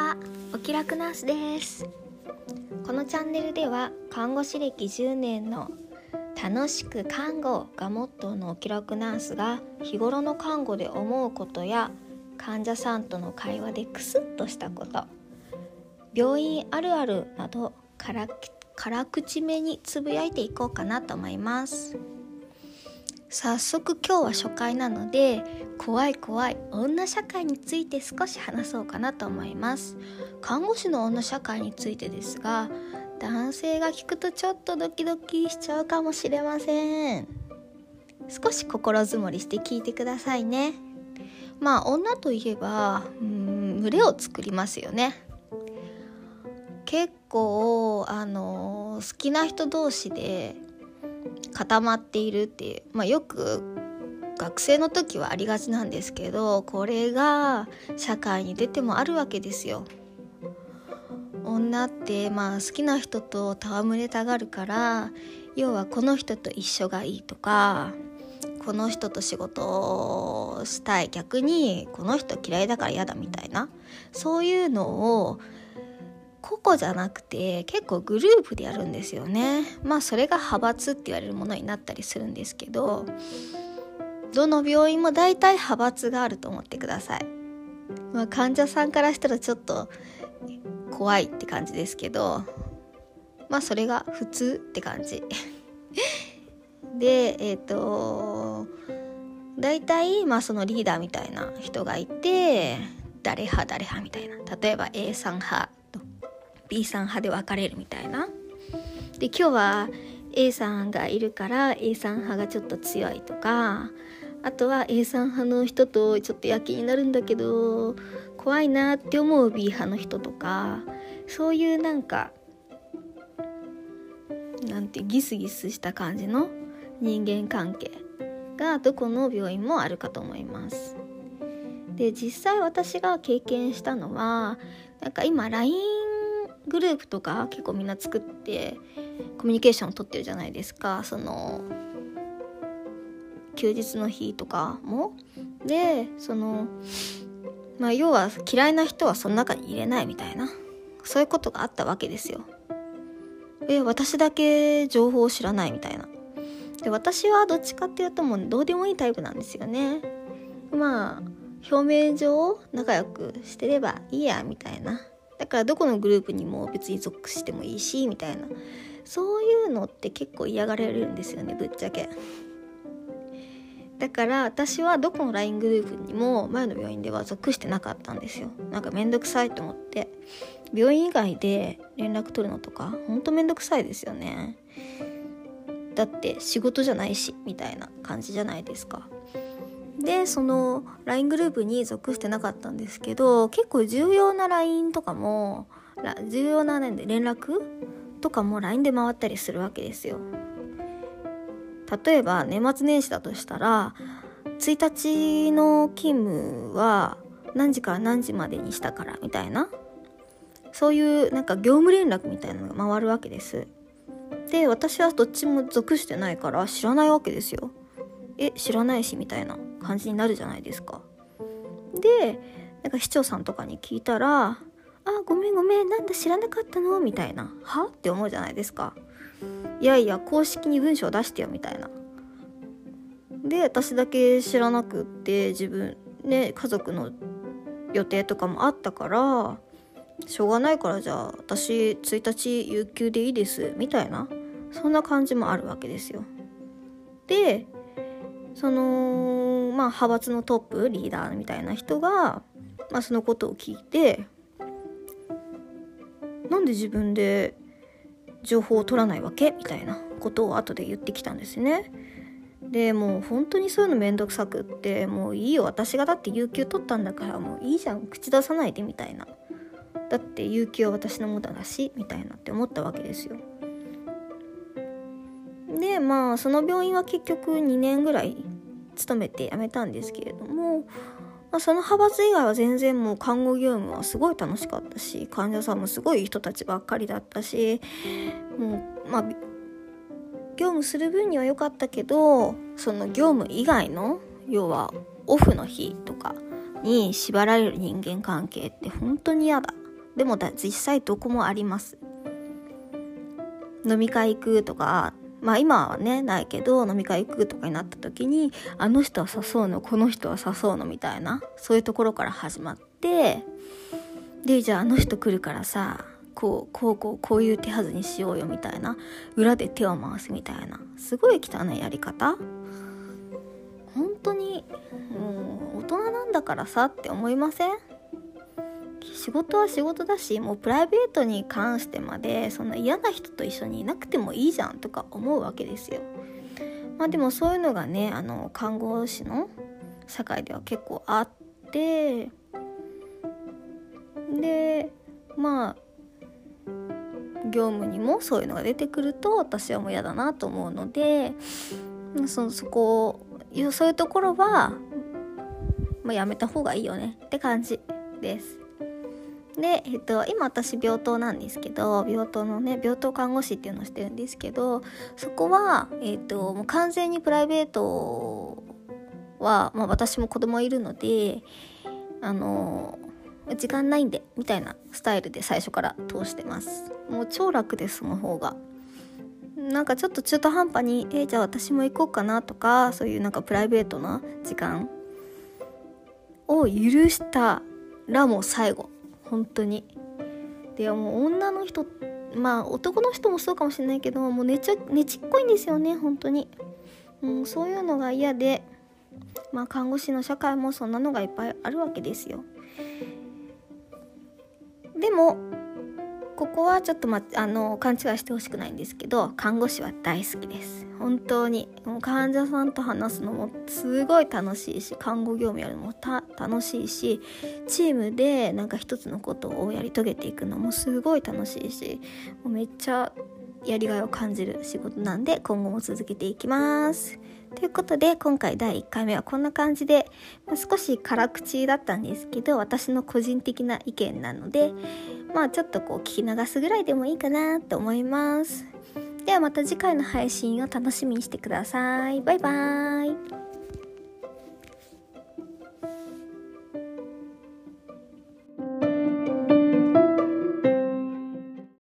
は、お気楽ナースです。このチャンネルでは看護師歴10年の楽しく看護がモットーのお気楽ナースが日頃の看護で思うことや患者さんとの会話でクスッとしたこと、病院あるあるなど辛口めにつぶやいていこうかなと思います。早速今日は初回なので怖い女社会について少し話そうかなと思います。看護師の女社会についてですが、男性が聞くとちょっとドキドキしちゃうかもしれません。少し心づもりして聞いてくださいね。女といえば群れを作りますよね。結構好きな人同士で固まっているっていう、よく学生の時はありがちなんですけど、これが社会に出てもあるわけですよ。女って好きな人と戯れたがるから、要はこの人と一緒がいいとか、この人と仕事をしたい、逆にこの人嫌いだから嫌だみたいな、そういうのを個々じゃなくて結構グループでやるんですよね。それが派閥って言われるものになったりするんですけど、どの病院も大体派閥があると思ってください。患者さんからしたらちょっと怖いって感じですけど、それが普通って感じで、大体そのリーダーみたいな人がいて、誰派みたいな、例えば A さん派と B さん派で分かれるみたいな。で、今日は A さんがいるから A さん派がちょっと強いとか、あとは A さん派の人とちょっと焼きになるんだけど怖いなって思う B 派の人とか、そういうギスギスした感じの人間関係がどこの病院もあるかと思います。で、実際私が経験したのは今 LINE グループとか結構みんな作ってコミュニケーションを取ってるじゃないですか。その休日の日とかもで、要は嫌いな人はその中に入れないみたいな、そういうことがあったわけですよ。私だけ情報を知らないみたいな。で、私はどっちかっていうともうどうでもいいタイプなんですよね。表面上仲良くしてればいいやみたいな。だからどこのグループにも別に属してもいいしみたいな、そういうのって結構嫌がられるんですよね、ぶっちゃけ。だから私はどこの LINE グループにも前の病院では属してなかったんですよ。めんどくさいと思って。病院以外で連絡取るのとかほんとめんどくさいですよね。だって仕事じゃないしみたいな感じじゃないですか。で、その LINE グループに属してなかったんですけど、結構重要な LINE とかも重要な連絡とかも LINE で回ったりするわけですよ。例えば年末年始だとしたら、1日の勤務は何時から何時までにしたからみたいな、そういう業務連絡みたいなのが回るわけです。で、私はどっちも属してないから知らないわけですよ。知らないしみたいな感じになるじゃないですか。で、市長さんとかに聞いたら、ごめんなんだ知らなかったのみたいな、はって思うじゃないですか。いや公式に文章出してよみたいな。で、私だけ知らなくって、自分ね、家族の予定とかもあったからしょうがないから、じゃあ私1日有給でいいですみたいな、そんな感じもあるわけですよ。で、派閥のトップリーダーみたいな人が、そのことを聞いて、なんで自分で情報を取らないわけみたいなことを後で言ってきたんですね。で、もう本当にそういうのめんどくさくって、もういいよ、私がだって有給取ったんだからもういいじゃん、口出さないでみたいな、だって有給は私のものだしみたいなって思ったわけですよ。で、その病院は結局2年ぐらい勤めて辞めたんですけれども、その派閥以外は全然もう看護業務はすごい楽しかったし、患者さんもすごい人たちばっかりだったし、もう業務する分には良かったけど、その業務以外の要はオフの日とかに縛られる人間関係って本当に嫌だでも実際どこもあります。飲み会行くとか、今はねないけど、飲み会行くとかになった時に、あの人は誘うの、この人は誘うのみたいな、そういうところから始まって、でじゃああの人来るからさ、こういう手はずにしようよみたいな、裏で手を回すみたいな、すごい汚いやり方。本当にもう大人なんだからさって思いません？仕事は仕事だし、もうプライベートに関してまでそんな嫌な人と一緒にいなくてもいいじゃんとか思うわけですよ。でもそういうのがね、看護師の社会では結構あって、で業務にもそういうのが出てくると私はもう嫌だなと思うので、そういうところは、やめた方がいいよねって感じです。で、今私病棟なんですけど、病棟看護師っていうのをしてるんですけど、そこは、もう完全にプライベートは、私も子供いるので、時間ないんでみたいなスタイルで最初から通してます。もう超楽です、その方が。なんかちょっと中途半端にじゃあ私も行こうかなとか、そういうなんかプライベートな時間を許したらもう最後、本当に。でもう女の人、男の人もそうかもしれないけど、もうねちっこいんですよね、本当に。そういうのが嫌で、看護師の社会もそんなのがいっぱいあるわけですよ。でもここはちょっと勘違いしてほしくないんですけど、看護師は大好きです。本当にもう患者さんと話すのもすごい楽しいし、看護業務やるのも楽しいし、チームでなんか一つのことをやり遂げていくのもすごい楽しいし、もうめっちゃやりがいを感じる仕事なんで、今後も続けていきます。ということで今回第1回目はこんな感じで、少し辛口だったんですけど、私の個人的な意見なので、ちょっと聞き流すぐらいでもいいかなと思います。ではまた次回の配信を楽しみにしてください。バイバーイ。